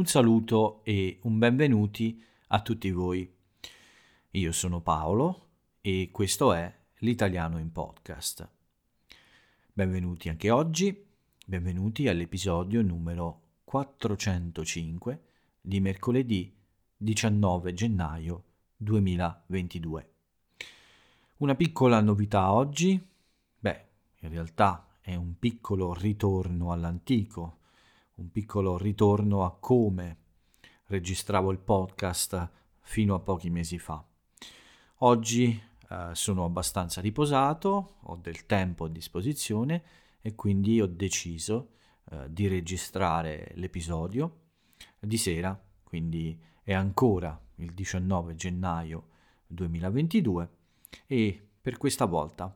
Un saluto e un benvenuti a tutti voi. Io sono Paolo e questo è l'Italiano in Podcast. Benvenuti anche oggi, benvenuti all'episodio numero 405 di mercoledì 19 gennaio 2022. Una piccola novità oggi? In realtà è un piccolo ritorno all'antico, un piccolo ritorno a come registravo il podcast fino a pochi mesi fa. Oggi sono abbastanza riposato, ho del tempo a disposizione e quindi ho deciso di registrare l'episodio di sera, quindi è ancora il 19 gennaio 2022 e per questa volta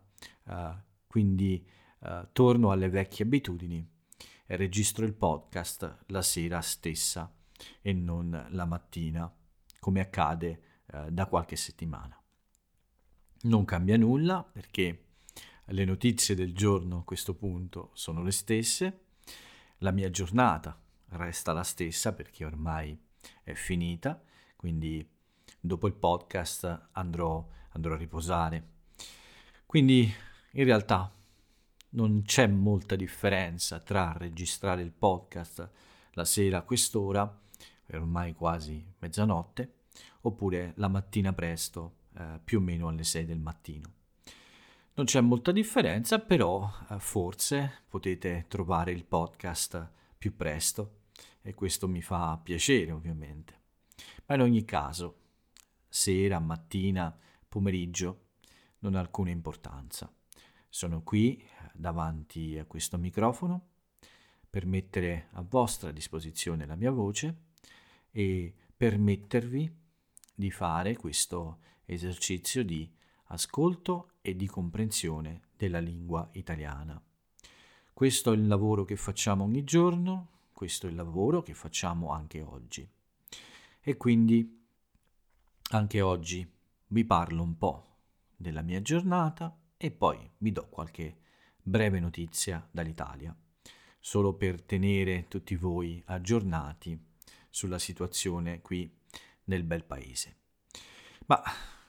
torno alle vecchie abitudini e registro il podcast la sera stessa e non la mattina, come accade da qualche settimana. Non cambia nulla perché le notizie del giorno a questo punto sono le stesse, la mia giornata resta la stessa perché ormai è finita, quindi dopo il podcast andrò a riposare. Quindi in realtà non c'è molta differenza tra registrare il podcast la sera a quest'ora, è ormai quasi mezzanotte, oppure la mattina presto, più o meno alle 6 del mattino. Non c'è molta differenza, però forse potete trovare il podcast più presto e questo mi fa piacere ovviamente. Ma in ogni caso, sera, mattina, pomeriggio, non ha alcuna importanza. Sono qui davanti a questo microfono per mettere a vostra disposizione la mia voce e permettervi di fare questo esercizio di ascolto e di comprensione della lingua italiana. Questo è il lavoro che facciamo ogni giorno, questo è il lavoro che facciamo anche oggi. E quindi anche oggi vi parlo un po' della mia giornata e poi vi do qualche breve notizia dall'Italia, solo per tenere tutti voi aggiornati sulla situazione qui nel bel paese. Ma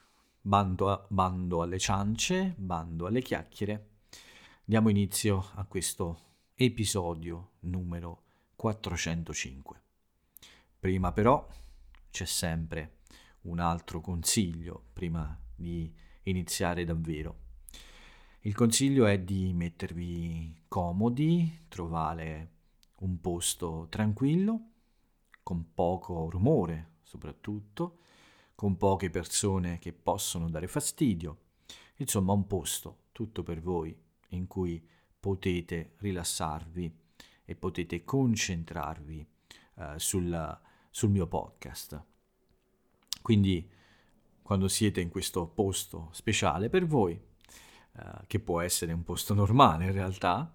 bando alle ciance, bando alle chiacchiere, diamo inizio a questo episodio numero 405. Prima però c'è sempre un altro consiglio prima di iniziare davvero. Il consiglio è di mettervi comodi, trovare un posto tranquillo, con poco rumore soprattutto, con poche persone che possono dare fastidio, insomma un posto tutto per voi in cui potete rilassarvi e potete concentrarvi sul mio podcast. Quindi quando siete in questo posto speciale per voi, che può essere un posto normale in realtà,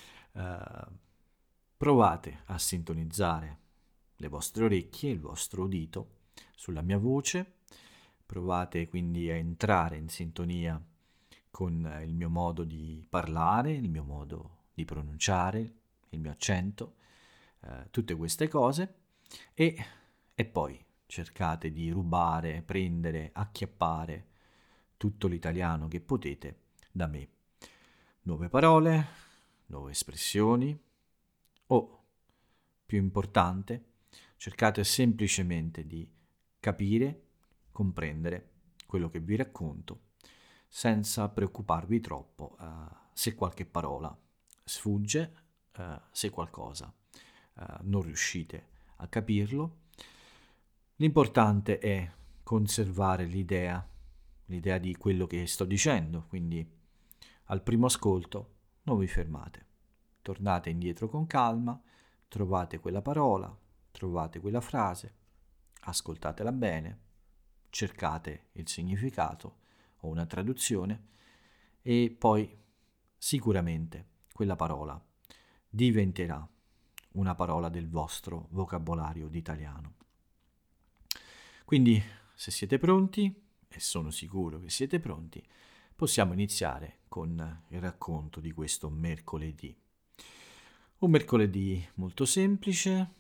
provate a sintonizzare le vostre orecchie, il vostro udito sulla mia voce, provate quindi a entrare in sintonia con il mio modo di parlare, il mio modo di pronunciare, il mio accento, tutte queste cose e poi cercate di rubare, prendere, acchiappare tutto l'italiano che potete da me. Nuove parole, nuove espressioni o, più importante, cercate semplicemente di capire, comprendere quello che vi racconto senza preoccuparvi troppo se qualche parola sfugge, se qualcosa non riuscite a capirlo. L'importante è conservare l'idea di quello che sto dicendo, quindi al primo ascolto non vi fermate, tornate indietro con calma, trovate quella parola, trovate quella frase, ascoltatela bene, cercate il significato o una traduzione e poi sicuramente quella parola diventerà una parola del vostro vocabolario d'italiano. Quindi, se siete pronti, e sono sicuro che siete pronti, possiamo iniziare con il racconto di questo mercoledì. Un mercoledì molto semplice,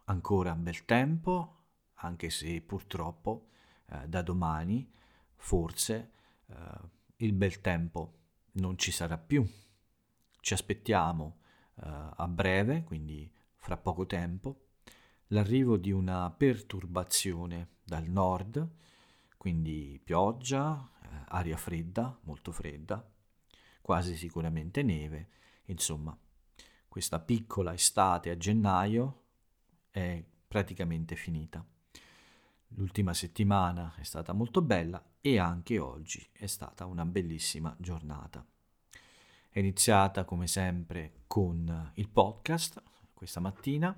ancora bel tempo, anche se purtroppo da domani forse il bel tempo non ci sarà più. Ci aspettiamo a breve, quindi fra poco tempo, l'arrivo di una perturbazione dal nord, quindi pioggia, aria fredda, molto fredda, quasi sicuramente neve, insomma, questa piccola estate a gennaio è praticamente finita. L'ultima settimana è stata molto bella e anche oggi è stata una bellissima giornata. È iniziata come sempre con il podcast questa mattina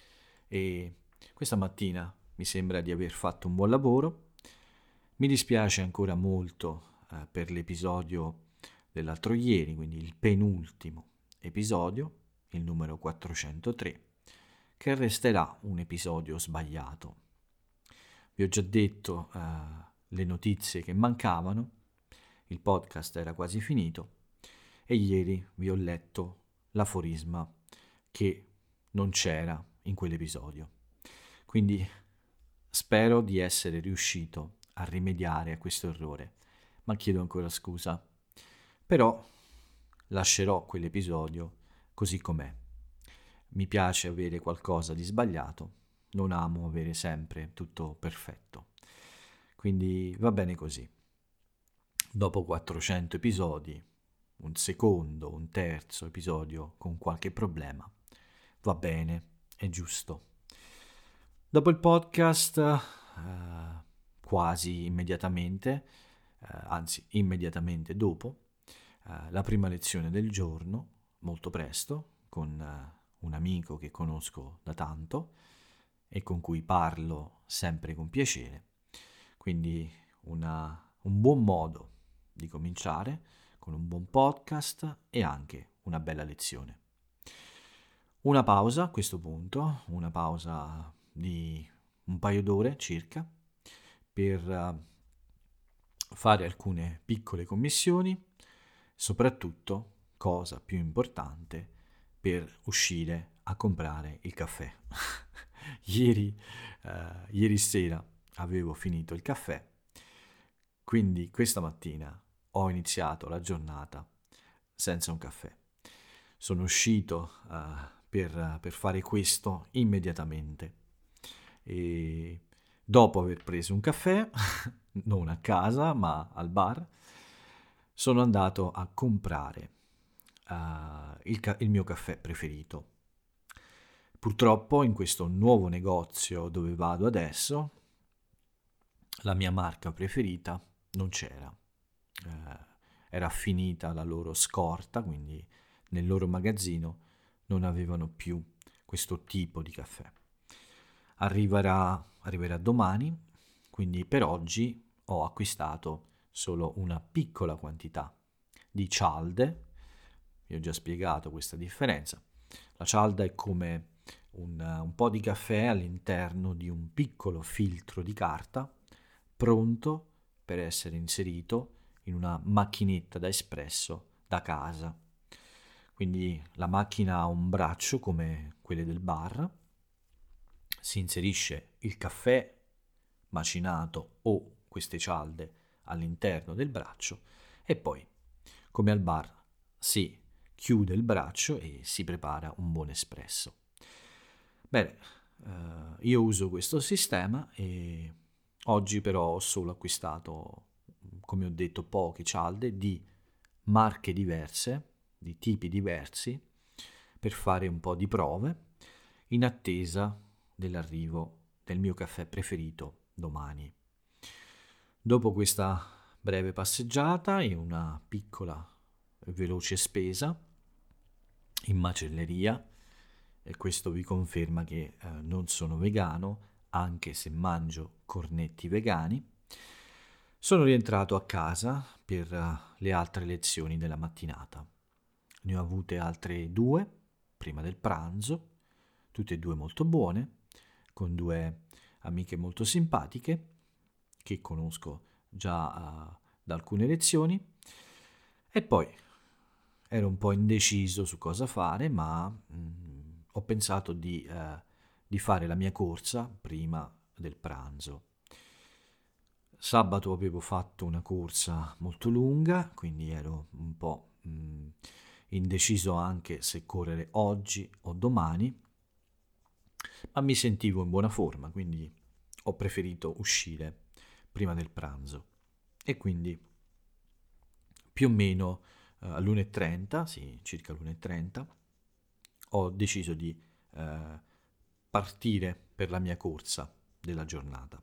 e questa mattina mi sembra di aver fatto un buon lavoro. Mi dispiace ancora molto per l'episodio dell'altro ieri, quindi il penultimo episodio, il numero 403, che resterà un episodio sbagliato. Vi ho già detto le notizie che mancavano, il podcast era quasi finito e ieri vi ho letto l'aforisma che non c'era in quell'episodio. Quindi spero di essere riuscito a rimediare a questo errore, ma chiedo ancora scusa. Però lascerò quell'episodio così com'è. Mi piace avere qualcosa di sbagliato, non amo avere sempre tutto perfetto. Quindi va bene così. Dopo 400 episodi, un secondo, un terzo episodio con qualche problema, va bene, è giusto. Dopo il podcast, quasi immediatamente, anzi immediatamente dopo, la prima lezione del giorno, molto presto, con un amico che conosco da tanto e con cui parlo sempre con piacere. Quindi un buon modo di cominciare con un buon podcast e anche una bella lezione. Una pausa a questo punto, una pausa di un paio d'ore circa per fare alcune piccole commissioni, soprattutto, cosa più importante, per uscire a comprare il caffè. Ieri sera avevo finito il caffè, quindi questa mattina ho iniziato la giornata senza un caffè. Sono uscito per fare questo immediatamente e dopo aver preso un caffè, non a casa ma al bar, sono andato a comprare il mio caffè preferito. Purtroppo in questo nuovo negozio dove vado adesso, la mia marca preferita non c'era. Era finita la loro scorta, quindi nel loro magazzino non avevano più questo tipo di caffè. Arriverà domani, quindi per oggi ho acquistato solo una piccola quantità di cialde. Vi ho già spiegato questa differenza. La cialda è come un po' di caffè all'interno di un piccolo filtro di carta pronto per essere inserito in una macchinetta da espresso da casa. Quindi la macchina ha un braccio come quelle del bar, si inserisce il caffè macinato o queste cialde all'interno del braccio e poi, come al bar, si chiude il braccio e si prepara un buon espresso. Bene, io uso questo sistema e oggi però ho solo acquistato, come ho detto, poche cialde di marche diverse, di tipi diversi, per fare un po' di prove, in attesa dell'arrivo del mio caffè preferito domani. Dopo questa breve passeggiata e una piccola e veloce spesa in macelleria, e questo vi conferma che non sono vegano, anche se mangio cornetti vegani, sono rientrato a casa per le altre lezioni della mattinata. Ne ho avute altre 2 prima del pranzo, tutte e 2 molto buone, con 2 amiche molto simpatiche che conosco già da alcune lezioni, e poi ero un po' indeciso su cosa fare, ma ho pensato di di fare la mia corsa prima del pranzo. Sabato avevo fatto una corsa molto lunga, quindi ero un po' indeciso anche se correre oggi o domani, ma mi sentivo in buona forma, quindi ho preferito uscire prima del pranzo. E quindi più o meno all'1:30, sì, circa l'1:30, ho deciso di partire per la mia corsa della giornata.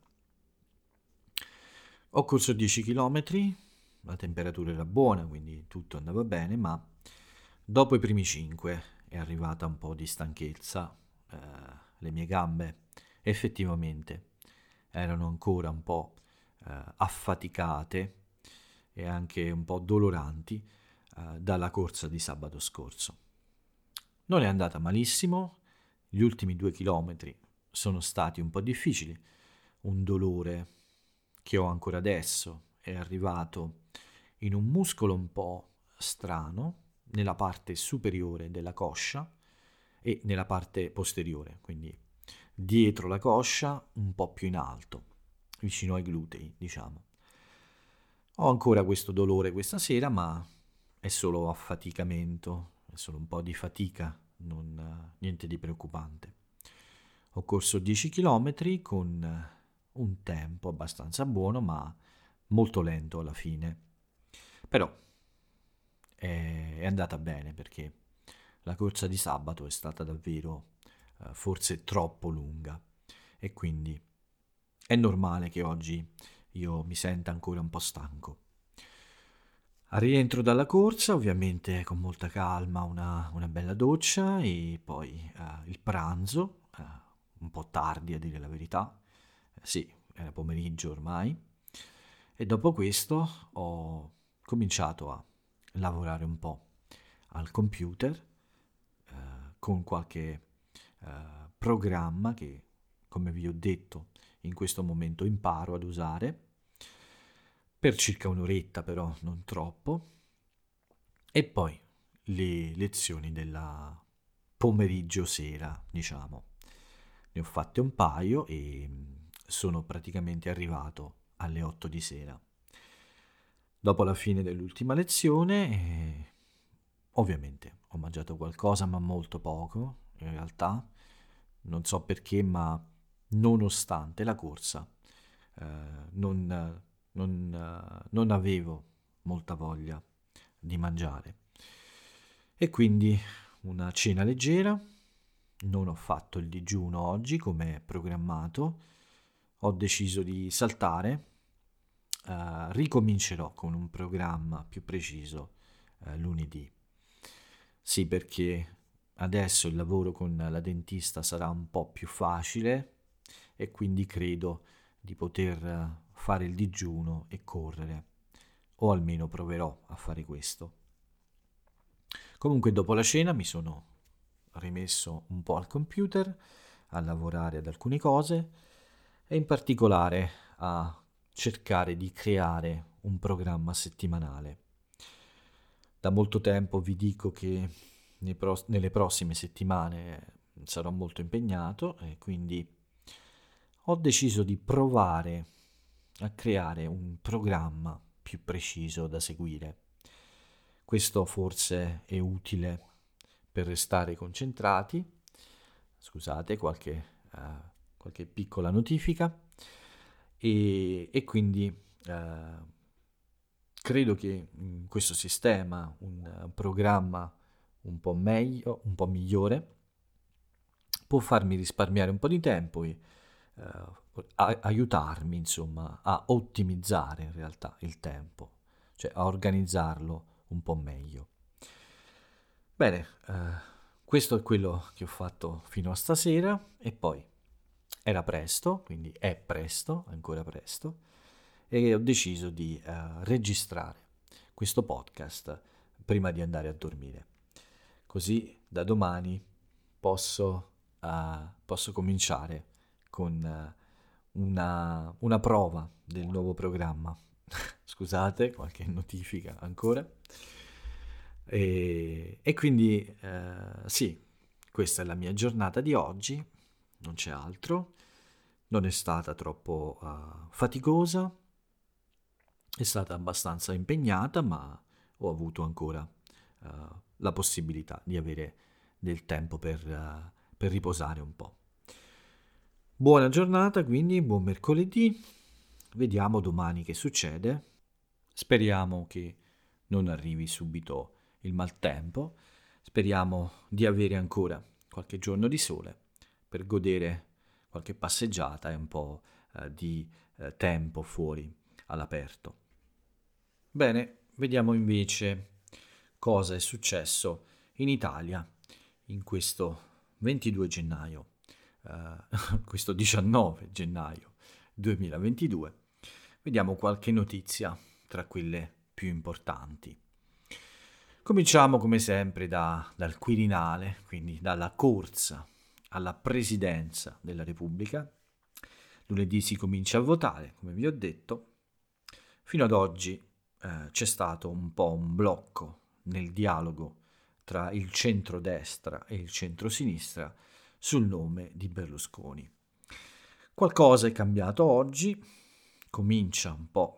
Ho corso 10 km, la temperatura era buona, quindi tutto andava bene, ma dopo i primi 5 è arrivata un po' di stanchezza. Le mie gambe effettivamente erano ancora un po' affaticate e anche un po' doloranti dalla corsa di sabato scorso. Non è andata malissimo, gli ultimi 2 chilometri sono stati un po' difficili, un dolore che ho ancora adesso è arrivato in un muscolo un po' strano nella parte superiore della coscia e nella parte posteriore, quindi dietro la coscia un po' più in alto, vicino ai glutei, diciamo. Ho ancora questo dolore questa sera, ma è solo affaticamento, è solo un po' di fatica, niente di preoccupante. Ho corso 10 km con un tempo abbastanza buono, ma molto lento alla fine. Però è andata bene perché la corsa di sabato è stata davvero forse troppo lunga e quindi è normale che oggi io mi senta ancora un po' stanco. Al rientro dalla corsa, ovviamente con molta calma, una bella doccia e poi il pranzo, un po' tardi a dire la verità, sì, era pomeriggio ormai, e dopo questo ho cominciato a lavorare un po' al computer con qualche programma che, come vi ho detto, in questo momento imparo ad usare per circa un'oretta, però non troppo, e poi le lezioni della pomeriggio sera, diciamo. Ne ho fatte un paio e sono praticamente arrivato alle 8 di sera. Dopo la fine dell'ultima lezione, ovviamente ho mangiato qualcosa, ma molto poco, in realtà. Non so perché, ma nonostante la corsa, non avevo molta voglia di mangiare. E quindi una cena leggera, non ho fatto il digiuno oggi come programmato, ho deciso di saltare, ricomincerò con un programma più preciso lunedì. Sì, perché adesso il lavoro con la dentista sarà un po' più facile e quindi credo di poter fare il digiuno e correre, o almeno proverò a fare questo. Comunque dopo la cena mi sono rimesso un po' al computer a lavorare ad alcune cose e in particolare a cercare di creare un programma settimanale. Da molto tempo vi dico che nelle prossime settimane sarò molto impegnato e quindi ho deciso di provare a creare un programma più preciso da seguire. Questo forse è utile per restare concentrati. Scusate, qualche piccola notifica. E quindi credo che questo sistema, un programma un po' meglio, un po' migliore, può farmi risparmiare un po' di tempo e aiutarmi, insomma, a ottimizzare in realtà il tempo, cioè a organizzarlo un po' meglio. Bene, questo è quello che ho fatto fino a stasera e poi era presto, quindi è presto, ancora presto, e ho deciso di registrare questo podcast prima di andare a dormire. Così da domani posso cominciare con una prova del nuovo programma. Scusate, qualche notifica ancora. E quindi sì, questa è la mia giornata di oggi. non c'è altro. Non è stata troppo faticosa, è stata abbastanza impegnata, ma ho avuto ancora la possibilità di avere del tempo per riposare un po'. Buona giornata, quindi buon mercoledì. Vediamo domani che succede. Speriamo che non arrivi subito il maltempo. Speriamo di avere ancora qualche giorno di sole per godere qualche passeggiata e un po' di tempo fuori all'aperto. Bene, vediamo invece cosa è successo in Italia in questo 22 gennaio, questo 19 gennaio 2022. Vediamo qualche notizia tra quelle più importanti. Cominciamo come sempre dal Quirinale, quindi dalla corsa alla presidenza della Repubblica. Lunedì si comincia a votare, come vi ho detto. Fino ad oggi c'è stato un po' un blocco nel dialogo tra il centrodestra e il centrosinistra sul nome di Berlusconi. Qualcosa è cambiato oggi, comincia un po'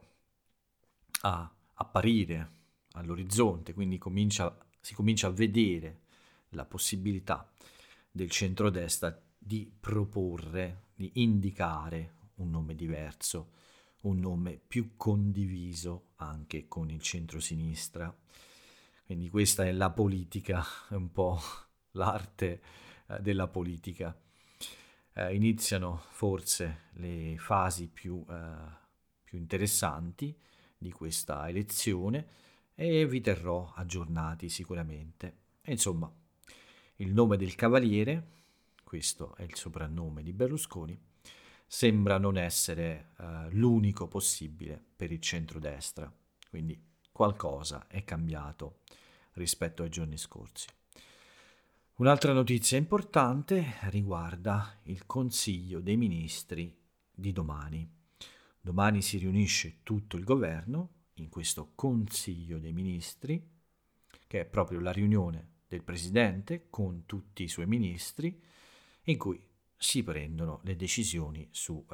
a apparire all'orizzonte, quindi si comincia a vedere la possibilità del centrodestra di proporre, di indicare un nome diverso, un nome più condiviso anche con il centrosinistra. Quindi questa è la politica, è un po' l'arte della politica. Iniziano forse le fasi più interessanti di questa elezione e vi terrò aggiornati sicuramente. E insomma, il nome del cavaliere, questo è il soprannome di Berlusconi, sembra non essere l'unico possibile per il centrodestra, quindi qualcosa è cambiato rispetto ai giorni scorsi. Un'altra notizia importante riguarda il Consiglio dei Ministri di domani. Domani si riunisce tutto il governo in questo Consiglio dei Ministri, che è proprio la riunione del Presidente con tutti i suoi ministri, in cui si prendono le decisioni sui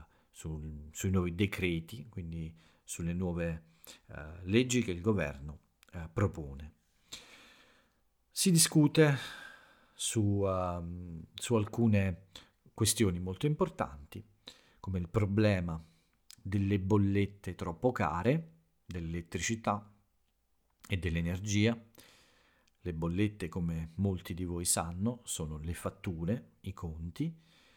nuovi decreti, quindi sulle nuove leggi che il governo propone. Si discute su alcune questioni molto importanti, come il problema delle bollette troppo care, dell'elettricità e dell'energia. Le bollette, come molti di voi sanno, sono le fatture, i conti.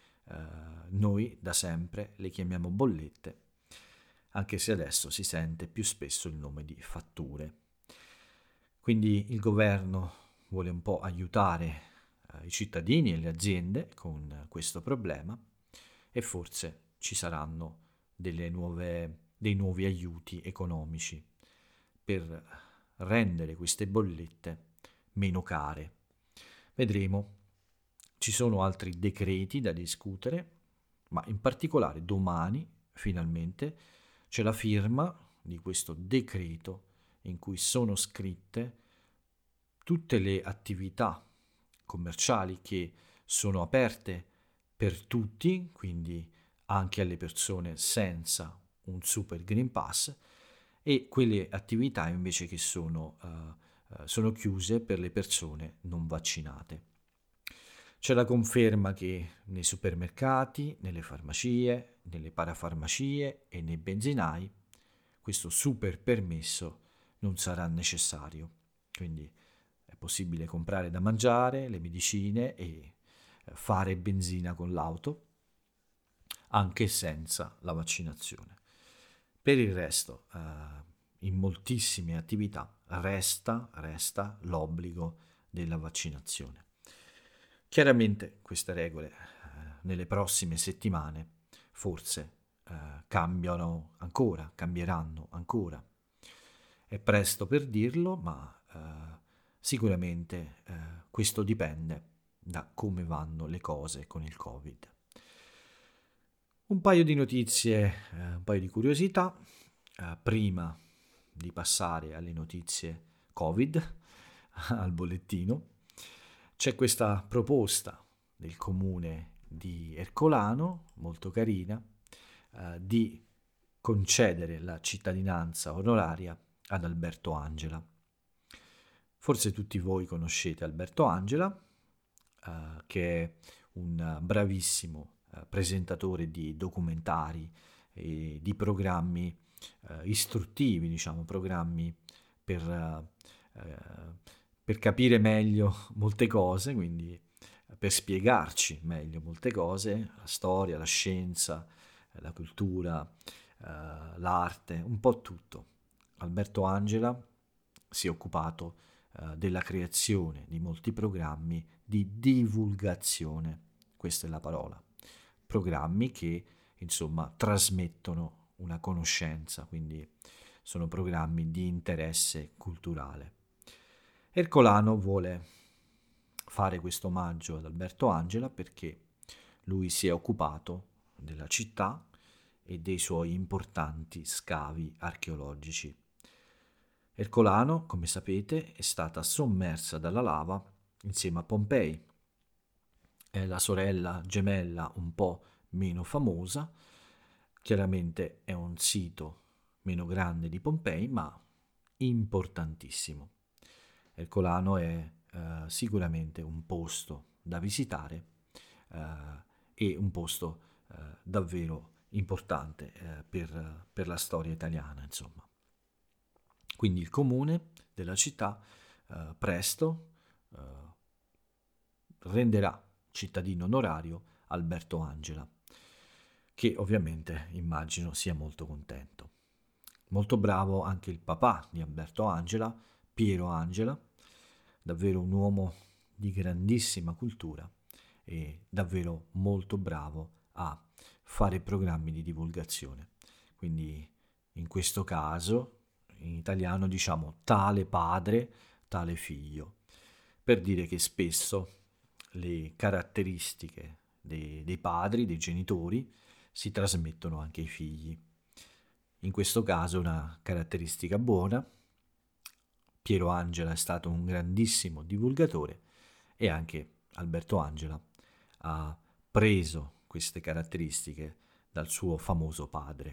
Noi da sempre le chiamiamo bollette, anche se adesso si sente più spesso il nome di fatture. Quindi il governo vuole un po' aiutare i cittadini e le aziende con questo problema e forse ci saranno dei nuovi aiuti economici per rendere queste bollette meno care. Vedremo. Ci sono altri decreti da discutere, ma in particolare domani finalmente c'è la firma di questo decreto in cui sono scritte tutte le attività commerciali che sono aperte per tutti, quindi anche alle persone senza un super Green Pass, e quelle attività invece che sono chiuse per le persone non vaccinate. C'è la conferma che nei supermercati, nelle farmacie, nelle parafarmacie e nei benzinai questo super permesso non sarà necessario. Quindi è possibile comprare da mangiare, le medicine e fare benzina con l'auto anche senza la vaccinazione. Per il resto, in moltissime attività resta l'obbligo della vaccinazione. Chiaramente queste regole nelle prossime settimane forse cambieranno ancora. È presto per dirlo, ma sicuramente questo dipende da come vanno le cose con il Covid. Un paio di notizie, un paio di curiosità, prima di passare alle notizie Covid, al bollettino. C'è questa proposta del comune di Ercolano, molto carina, di concedere la cittadinanza onoraria ad Alberto Angela. Forse tutti voi conoscete Alberto Angela, che è un bravissimo presentatore di documentari e di programmi istruttivi, diciamo, programmi per, per capire meglio molte cose, quindi per spiegarci meglio molte cose, la storia, la scienza, la cultura, l'arte, un po' tutto. Alberto Angela si è occupato della creazione di molti programmi di divulgazione, questa è la parola, programmi che insomma trasmettono una conoscenza, quindi sono programmi di interesse culturale. Ercolano vuole fare questo omaggio ad Alberto Angela perché lui si è occupato della città e dei suoi importanti scavi archeologici. Ercolano, come sapete, è stata sommersa dalla lava insieme a Pompei. È la sorella gemella un po' meno famosa, chiaramente è un sito meno grande di Pompei, ma importantissimo. Ercolano è sicuramente un posto da visitare e un posto davvero importante per la storia italiana, insomma. Quindi il comune della città presto renderà cittadino onorario Alberto Angela, che ovviamente immagino sia molto contento. Molto bravo anche il papà di Alberto Angela, Piero Angela, davvero un uomo di grandissima cultura e davvero molto bravo a fare programmi di divulgazione. Quindi in questo caso, in italiano diciamo tale padre, tale figlio, per dire che spesso le caratteristiche dei padri, dei genitori, si trasmettono anche ai figli. In questo caso una caratteristica buona. Piero Angela è stato un grandissimo divulgatore e anche Alberto Angela ha preso queste caratteristiche dal suo famoso padre.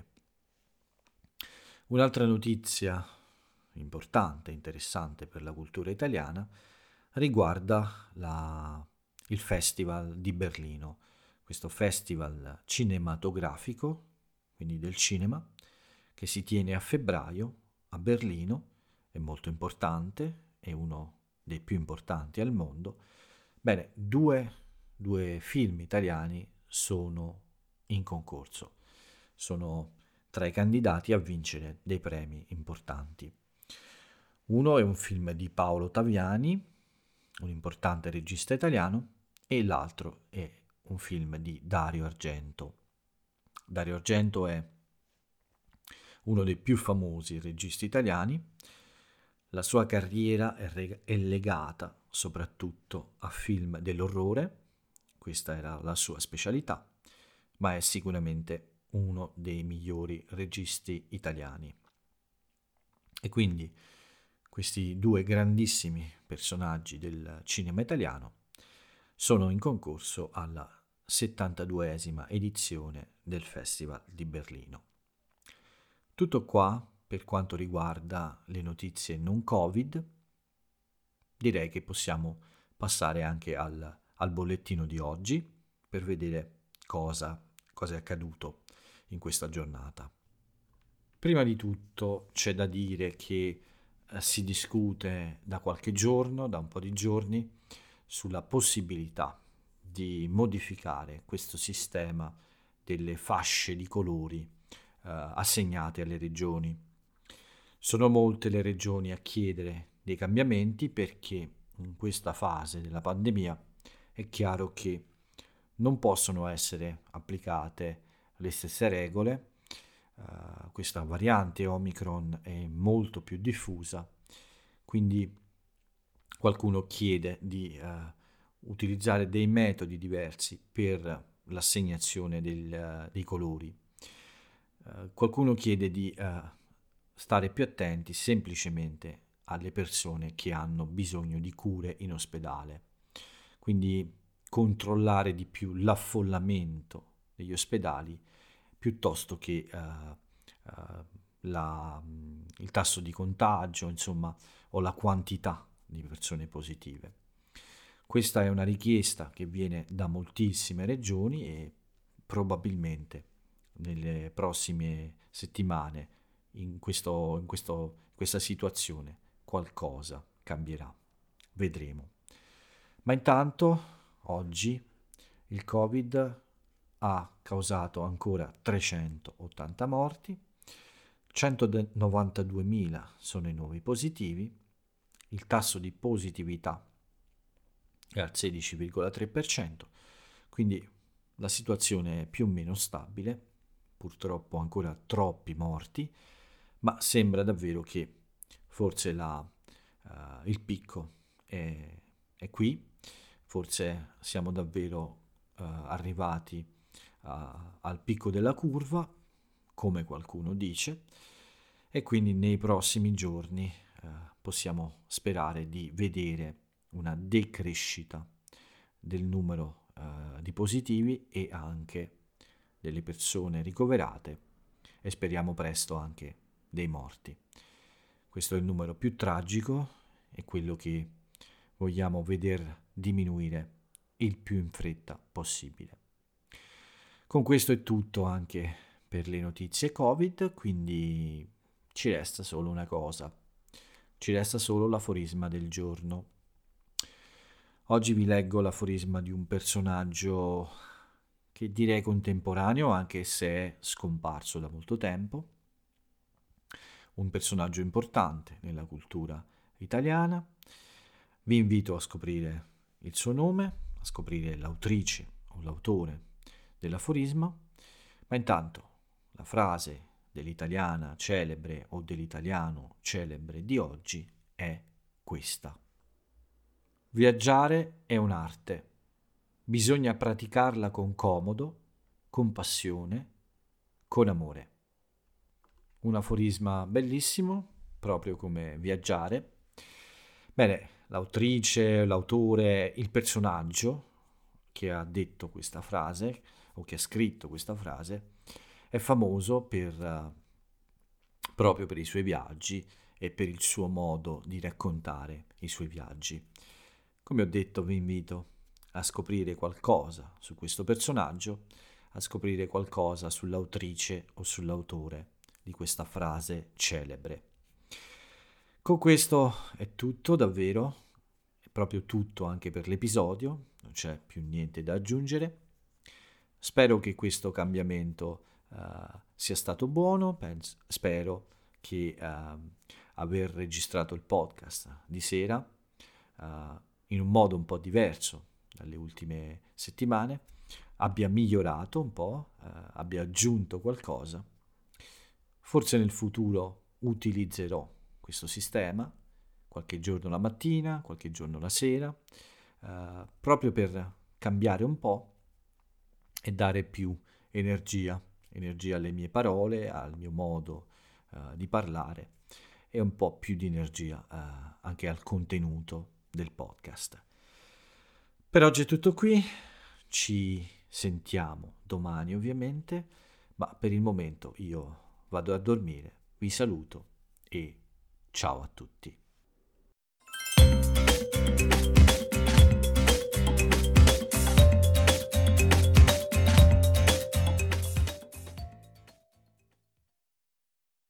Un'altra notizia importante, interessante per la cultura italiana riguarda il Festival di Berlino, questo festival cinematografico, quindi del cinema, che si tiene a febbraio a Berlino, è molto importante, è uno dei più importanti al mondo. Bene, due film italiani sono in concorso, sono tra i candidati a vincere dei premi importanti. Uno è un film di Paolo Taviani, un importante regista italiano, e l'altro è un film di Dario Argento. Dario Argento è uno dei più famosi registi italiani. La sua carriera è legata soprattutto a film dell'orrore, questa era la sua specialità, ma è sicuramente uno dei migliori registi italiani. E quindi questi due grandissimi personaggi del cinema italiano sono in concorso alla 72esima edizione del Festival di Berlino. Tutto qua per quanto riguarda le notizie non Covid. Direi che possiamo passare anche al bollettino di oggi per vedere cosa è accaduto in questa giornata. Prima di tutto c'è da dire che si discute da qualche giorno, da un po' di giorni, sulla possibilità di modificare questo sistema delle fasce di colori assegnate alle regioni. Sono molte le regioni a chiedere dei cambiamenti perché in questa fase della pandemia è chiaro che non possono essere applicate le stesse regole. Questa variante Omicron è molto più diffusa, quindi qualcuno chiede di utilizzare dei metodi diversi per l'assegnazione dei colori. Qualcuno chiede di stare più attenti semplicemente alle persone che hanno bisogno di cure in ospedale. Quindi controllare di più l'affollamento degli ospedali piuttosto che il tasso di contagio, insomma, o la quantità di persone positive. Questa è una richiesta che viene da moltissime regioni e probabilmente nelle prossime settimane questa situazione qualcosa cambierà. Vedremo. Ma intanto, oggi, il Covid ha causato ancora 380 morti, 192.000 sono i nuovi positivi, il tasso di positività è al 16,3%, quindi la situazione è più o meno stabile, purtroppo ancora troppi morti, ma sembra davvero che forse il picco è qui, forse siamo davvero arrivati al picco della curva, come qualcuno dice, e quindi nei prossimi giorni possiamo sperare di vedere una decrescita del numero di positivi e anche delle persone ricoverate e speriamo presto anche dei morti. Questo è il numero più tragico e quello che vogliamo veder diminuire il più in fretta possibile. Con questo è tutto anche per le notizie Covid, quindi ci resta solo una cosa. Ci resta solo l'aforisma del giorno. Oggi vi leggo l'aforisma di un personaggio che direi contemporaneo, anche se è scomparso da molto tempo. Un personaggio importante nella cultura italiana. Vi invito a scoprire il suo nome, a scoprire l'autrice o l'autore dell'aforisma, ma intanto la frase dell'italiana celebre o dell'italiano celebre di oggi è questa. Viaggiare è un'arte, bisogna praticarla con comodo, con passione, con amore. Un aforisma bellissimo, proprio come viaggiare. Bene, l'autrice, l'autore, il personaggio che ha detto questa frase o che ha scritto questa frase è famoso proprio per i suoi viaggi e per il suo modo di raccontare i suoi viaggi. Come ho detto, vi invito a scoprire qualcosa su questo personaggio, a scoprire qualcosa sull'autrice o sull'autore di questa frase celebre. Con questo è tutto, davvero, è proprio tutto anche per l'episodio, non c'è più niente da aggiungere. Spero che questo cambiamento sia stato buono, spero che aver registrato il podcast di sera in un modo un po' diverso dalle ultime settimane abbia migliorato un po', abbia aggiunto qualcosa. Forse nel futuro utilizzerò questo sistema, qualche giorno la mattina, qualche giorno la sera, proprio per cambiare un po' e dare più energia alle mie parole, al mio modo di parlare e un po' più di energia anche al contenuto del podcast. Per oggi è tutto qui, ci sentiamo domani ovviamente, ma per il momento io vado a dormire, vi saluto e ciao a tutti.